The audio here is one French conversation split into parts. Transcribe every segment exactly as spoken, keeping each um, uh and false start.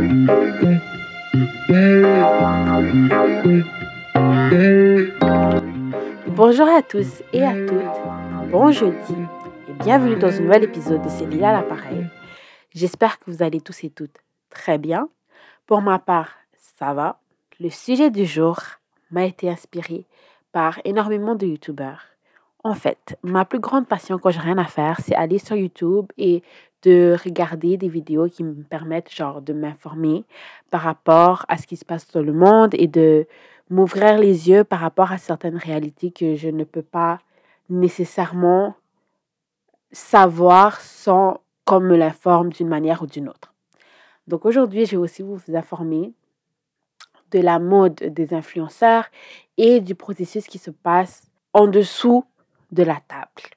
Bonjour à tous et à toutes, bon jeudi et bienvenue dans un nouvel épisode de C'est Lila à l'appareil. J'espère que vous allez tous et toutes très bien. Pour ma part, ça va. Le sujet du jour m'a été inspiré par énormément de youtubeurs. En fait, ma plus grande passion quand j'ai rien à faire, c'est aller sur YouTube et de regarder des vidéos qui me permettent genre de m'informer par rapport à ce qui se passe dans le monde et de m'ouvrir les yeux par rapport à certaines réalités que je ne peux pas nécessairement savoir sans qu'on me l'informe d'une manière ou d'une autre. Donc aujourd'hui, je vais aussi vous informer de la mode des influenceurs et du processus qui se passe en dessous de la table.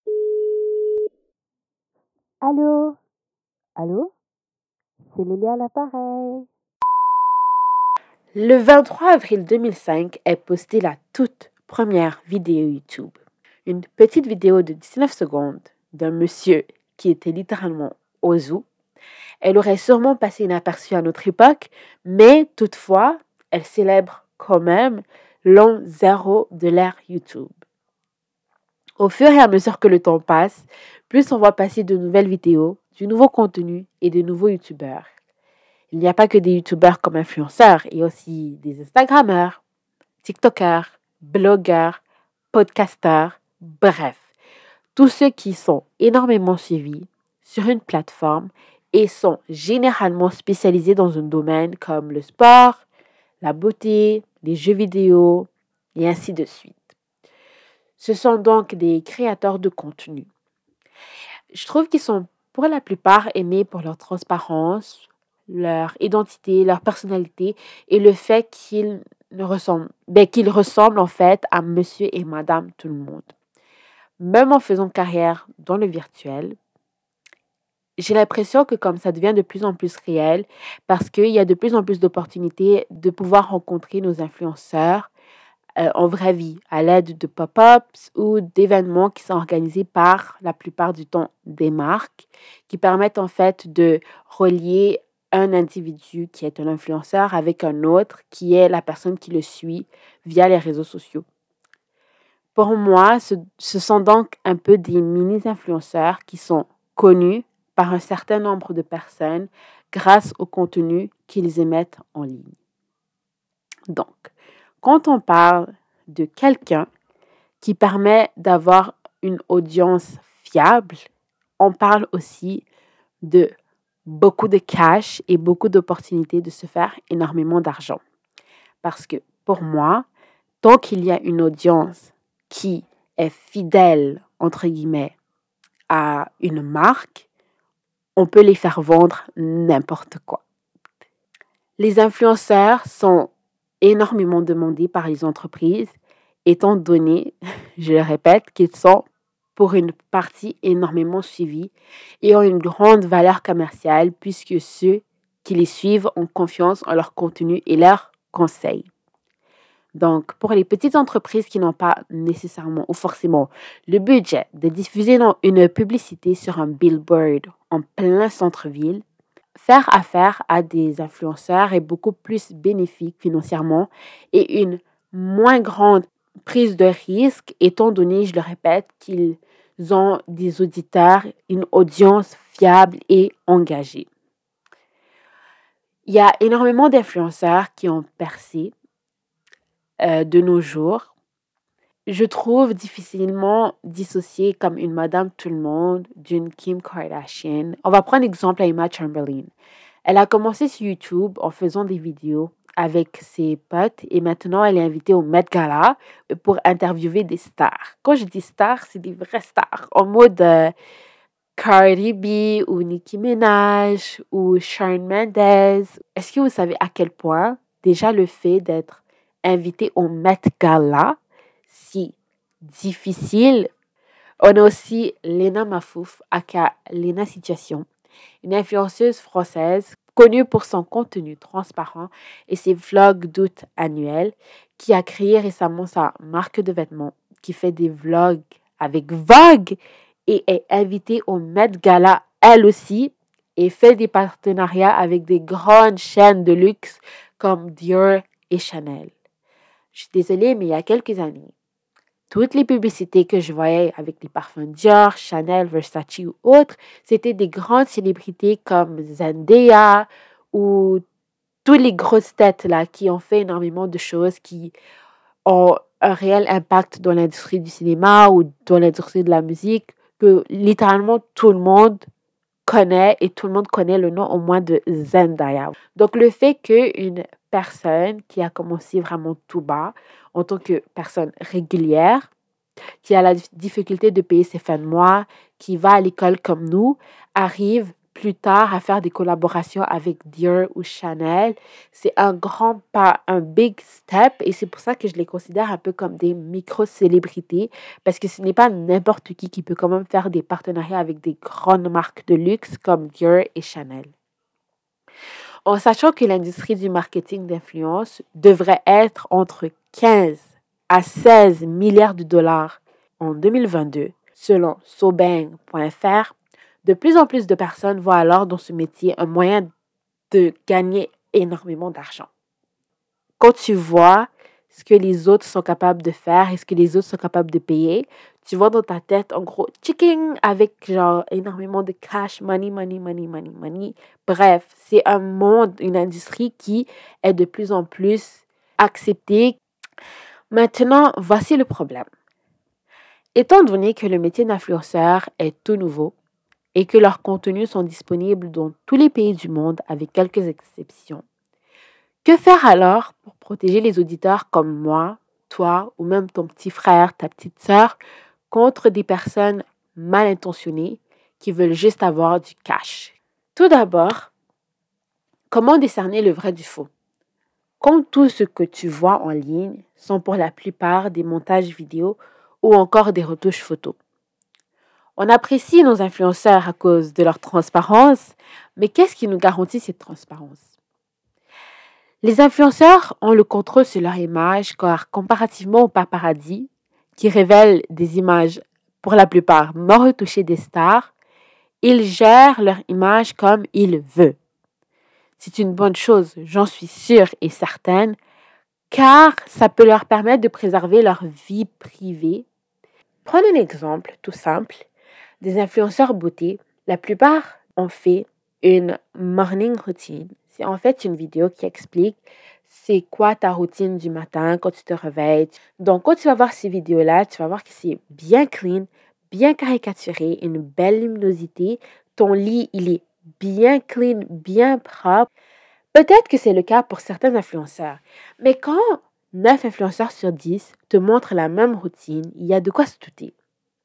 Allô? Allô? C'est Lélia à l'appareil. Le vingt-trois avril deux mille cinq est postée la toute première vidéo YouTube. Une petite vidéo de dix-neuf secondes d'un monsieur qui était littéralement au zoo. Elle aurait sûrement passé inaperçue à notre époque, mais toutefois, elle célèbre quand même l'an zéro de l'ère YouTube. Au fur et à mesure que le temps passe, plus on voit passer de nouvelles vidéos, du nouveau contenu et de nouveaux YouTubeurs. Il n'y a pas que des YouTubeurs comme influenceurs, il y a aussi des Instagrammeurs, TikTokers, blogueurs, podcasteurs, bref, tous ceux qui sont énormément suivis sur une plateforme et sont généralement spécialisés dans un domaine comme le sport, la beauté, les jeux vidéo et ainsi de suite. Ce sont donc des créateurs de contenu. Je trouve qu'ils sont pour la plupart aimés pour leur transparence, leur identité, leur personnalité et le fait qu'ils ne ressemblent, ben, qu'ils ressemblent en fait à monsieur et madame tout le monde. Même en faisant carrière dans le virtuel, j'ai l'impression que comme ça devient de plus en plus réel parce qu'il y a de plus en plus d'opportunités de pouvoir rencontrer nos influenceurs euh, en vraie vie à l'aide de pop-ups ou d'événements qui sont organisés par la plupart du temps des marques qui permettent en fait de relier un individu qui est un influenceur avec un autre qui est la personne qui le suit via les réseaux sociaux. Pour moi, ce, ce sont donc un peu des mini-influenceurs qui sont connus par un certain nombre de personnes grâce au contenu qu'ils émettent en ligne. Donc, quand on parle de quelqu'un qui permet d'avoir une audience fiable, on parle aussi de beaucoup de cash et beaucoup d'opportunités de se faire énormément d'argent. Parce que pour moi, tant qu'il y a une audience qui est fidèle, entre guillemets, à une marque, on peut les faire vendre n'importe quoi. Les influenceurs sont énormément demandés par les entreprises, étant donné, je le répète, qu'ils sont pour une partie énormément suivis et ont une grande valeur commerciale puisque ceux qui les suivent ont confiance en leur contenu et leurs conseils. Donc, pour les petites entreprises qui n'ont pas nécessairement ou forcément le budget de diffuser une publicité sur un billboard en plein centre-ville, faire affaire à des influenceurs est beaucoup plus bénéfique financièrement et une moins grande prise de risque, étant donné, je le répète, qu'ils ont des auditeurs, une audience fiable et engagée. Il y a énormément d'influenceurs qui ont percé euh, de nos jours. Je trouve difficilement dissocier comme une Madame Tout-le-Monde d'une Kim Kardashian. On va prendre l'exemple à Emma Chamberlain. Elle a commencé sur YouTube en faisant des vidéos avec ses potes et maintenant elle est invitée au Met Gala pour interviewer des stars. Quand je dis stars, c'est des vraies stars en mode euh, Cardi B ou Nicki Minaj ou Shawn Mendes. Est-ce que vous savez à quel point déjà le fait d'être invité au Met Gala, si difficile? On a aussi Lena Mafouf, aka Lena Situation, une influenceuse française connue pour son contenu transparent et ses vlogs d'août annuels, qui a créé récemment sa marque de vêtements, qui fait des vlogs avec Vogue et est invitée au Met Gala elle aussi. et fait des partenariats avec des grandes chaînes de luxe comme Dior et Chanel. Je suis désolée, mais il y a quelques années, toutes les publicités que je voyais avec les parfums Dior, Chanel, Versace ou autres, c'était des grandes célébrités comme Zendaya ou toutes les grosses têtes là qui ont fait énormément de choses qui ont un réel impact dans l'industrie du cinéma ou dans l'industrie de la musique, que littéralement tout le monde connaît et tout le monde connaît le nom au moins de Zendaya. Donc le fait qu'une personne qui a commencé vraiment tout bas, en tant que personne régulière, qui a la difficulté de payer ses fins de mois, qui va à l'école comme nous, arrive plus tard à faire des collaborations avec Dior ou Chanel, c'est un grand pas, un big step, et c'est pour ça que je les considère un peu comme des micro-célébrités, parce que ce n'est pas n'importe qui qui peut quand même faire des partenariats avec des grandes marques de luxe comme Dior et Chanel. En sachant que l'industrie du marketing d'influence devrait être entre quinze à seize milliards de dollars en deux mille vingt-deux, selon Sobang point F R, de plus en plus de personnes voient alors dans ce métier un moyen de gagner énormément d'argent. Quand tu vois ce que les autres sont capables de faire et ce que les autres sont capables de payer, tu vois dans ta tête, en gros, chicken avec genre énormément de cash, money, money, money, money, money. Bref, c'est un monde, une industrie qui est de plus en plus acceptée. Maintenant, voici le problème. Étant donné que le métier d'influenceur est tout nouveau et que leurs contenus sont disponibles dans tous les pays du monde avec quelques exceptions, que faire alors pour protéger les auditeurs comme moi, toi ou même ton petit frère, ta petite sœur, contre des personnes mal intentionnées qui veulent juste avoir du cash? Tout d'abord, comment décerner le vrai du faux? Comme tout ce que tu vois en ligne sont pour la plupart des montages vidéo ou encore des retouches photos. On apprécie nos influenceurs à cause de leur transparence, mais qu'est-ce qui nous garantit cette transparence? Les influenceurs ont le contrôle sur leur image car comparativement aux paparazzi, qui révèlent des images pour la plupart non retouchées des stars, ils gèrent leur image comme ils veulent. C'est une bonne chose, j'en suis sûre et certaine, car ça peut leur permettre de préserver leur vie privée. Prenez un exemple tout simple. Des influenceurs beauté, la plupart ont fait une morning routine. C'est en fait une vidéo qui explique c'est quoi ta routine du matin quand tu te réveilles. Donc, quand tu vas voir ces vidéos-là, tu vas voir que c'est bien clean, bien caricaturé, une belle luminosité. Ton lit, il est bien clean, bien propre. Peut-être que c'est le cas pour certains influenceurs. Mais quand neuf influenceurs sur dix te montrent la même routine, il y a de quoi se douter.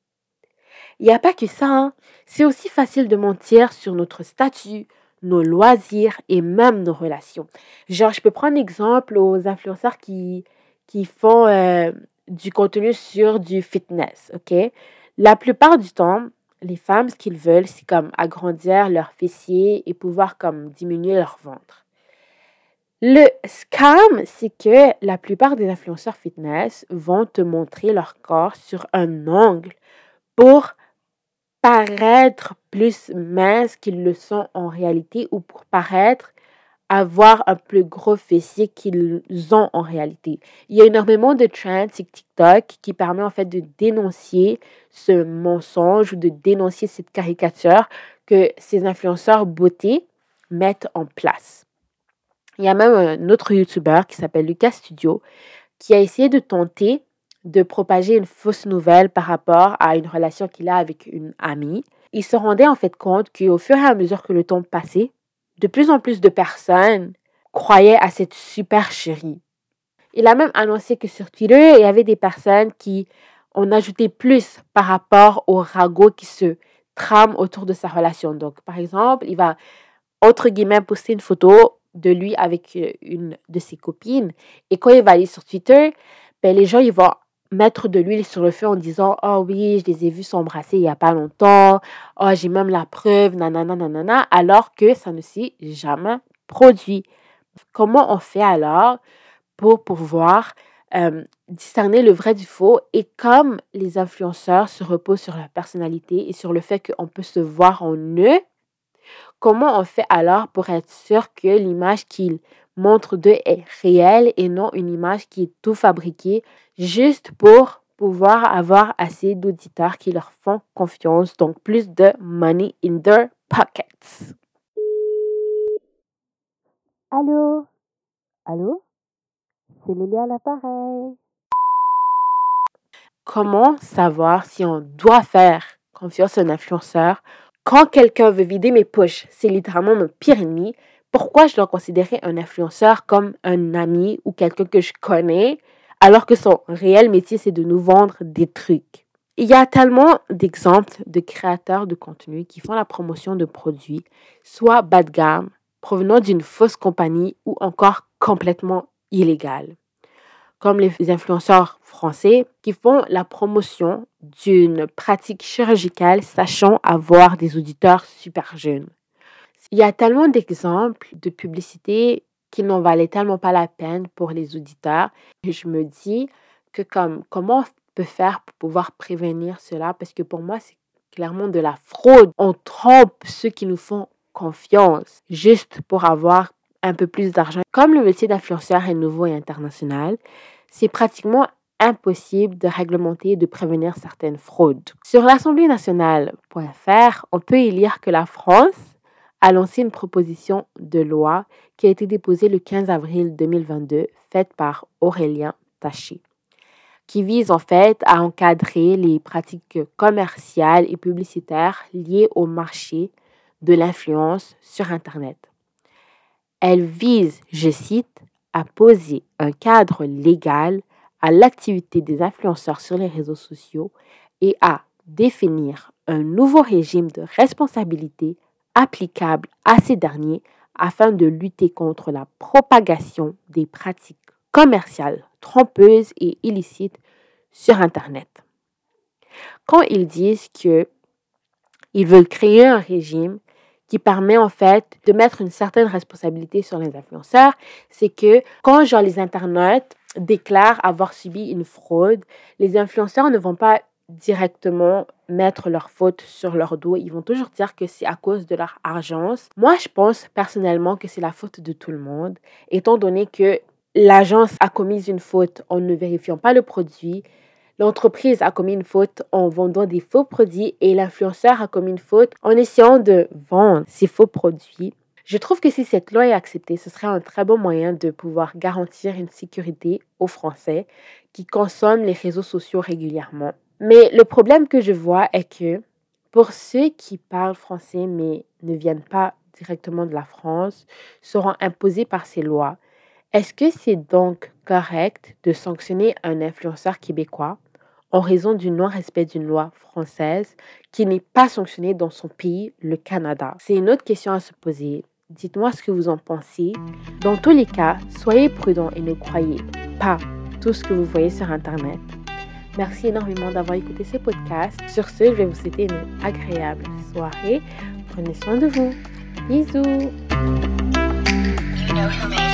Il n'y a pas que ça, hein. C'est aussi facile de mentir sur notre statut, nos loisirs et même nos relations. Genre, je peux prendre exemple aux influenceurs qui, qui font euh, du contenu sur du fitness, ok? La plupart du temps, les femmes, ce qu'ils veulent, c'est comme agrandir leurs fessiers et pouvoir comme diminuer leur ventre. Le scam, c'est que la plupart des influenceurs fitness vont te montrer leur corps sur un angle pour paraître plus minces qu'ils le sont en réalité ou pour paraître avoir un plus gros fessier qu'ils ont en réalité. Il y a énormément de trends sur TikTok qui permet en fait de dénoncer ce mensonge ou de dénoncer cette caricature que ces influenceurs beauté mettent en place. Il y a même un autre YouTuber qui s'appelle Lucas Studio qui a essayé de tenter de propager une fausse nouvelle par rapport à une relation qu'il a avec une amie. Il se rendait en fait compte qu'au fur et à mesure que le temps passait, de plus en plus de personnes croyaient à cette super chérie. Il a même annoncé que sur Twitter, il y avait des personnes qui en ajoutaient plus par rapport au ragot qui se trame autour de sa relation. Donc, par exemple, il va, entre guillemets, poster une photo de lui avec une de ses copines. Et quand il va aller sur Twitter, ben, les gens ils vont mettre de l'huile sur le feu en disant « Oh oui, je les ai vus s'embrasser il n'y a pas longtemps. Oh, j'ai même la preuve, nanana, nanana. » Alors que ça ne s'est jamais produit. Comment on fait alors pour pouvoir euh, discerner le vrai du faux? Et comme les influenceurs se reposent sur leur personnalité et sur le fait qu'on peut se voir en eux, Comment on fait alors pour être sûr que l'image qu'ils montrent d'eux est réelle et non une image qui est tout fabriquée juste pour pouvoir avoir assez d'auditeurs qui leur font confiance, donc plus de money in their pockets? Allô? Allô? C'est Lily à l'appareil. Comment savoir si on doit faire confiance à un influenceur quand quelqu'un veut vider mes poches? C'est littéralement mon pire ennemi. Pourquoi je dois considérer un influenceur comme un ami ou quelqu'un que je connais alors que son réel métier, c'est de nous vendre des trucs? Il y a tellement d'exemples de créateurs de contenu qui font la promotion de produits, soit bas de gamme, provenant d'une fausse compagnie ou encore complètement illégales, comme les influenceurs français qui font la promotion d'une pratique chirurgicale sachant avoir des auditeurs super jeunes. Il y a tellement d'exemples de publicités qui n'en valaient tellement pas la peine pour les auditeurs que je me dis que comme comment on peut faire pour pouvoir prévenir cela, parce que pour moi c'est clairement de la fraude. On trompe ceux qui nous font confiance juste pour avoir un peu plus d'argent. Comme le métier d'influenceur est nouveau et international, c'est pratiquement impossible de réglementer et de prévenir certaines fraudes. Sur l'Assemblée nationale point f r, on peut y lire que la France a lancé une proposition de loi qui a été déposée le quinze avril deux mille vingt-deux, faite par Aurélien Taché, qui vise en fait à encadrer les pratiques commerciales et publicitaires liées au marché de l'influence sur Internet. Elle vise, je cite, à poser un cadre légal à l'activité des influenceurs sur les réseaux sociaux et à définir un nouveau régime de responsabilité applicable à ces derniers afin de lutter contre la propagation des pratiques commerciales trompeuses et illicites sur Internet. Quand ils disent qu'ils veulent créer un régime qui permet en fait de mettre une certaine responsabilité sur les influenceurs, c'est que quand genre les internautes déclarent avoir subi une fraude, les influenceurs ne vont pas directement mettre leur faute sur leur dos. Ils vont toujours dire que c'est à cause de leur argence. Moi, je pense personnellement que c'est la faute de tout le monde, étant donné que l'agence a commis une faute en ne vérifiant pas le produit, l'entreprise a commis une faute en vendant des faux produits et l'influenceur a commis une faute en essayant de vendre ces faux produits. Je trouve que si cette loi est acceptée, ce serait un très bon moyen de pouvoir garantir une sécurité aux Français qui consomment les réseaux sociaux régulièrement. Mais le problème que je vois est que pour ceux qui parlent français mais ne viennent pas directement de la France, seront imposés par ces lois. Est-ce que c'est donc correct de sanctionner un influenceur québécois en raison du non-respect d'une loi française qui n'est pas sanctionnée dans son pays, le Canada? C'est une autre question à se poser. Dites-moi ce que vous en pensez. Dans tous les cas, soyez prudents et ne croyez pas tout ce que vous voyez sur Internet. Merci énormément d'avoir écouté ce podcast. Sur ce, je vais vous souhaiter une agréable soirée. Prenez soin de vous. Bisous. You know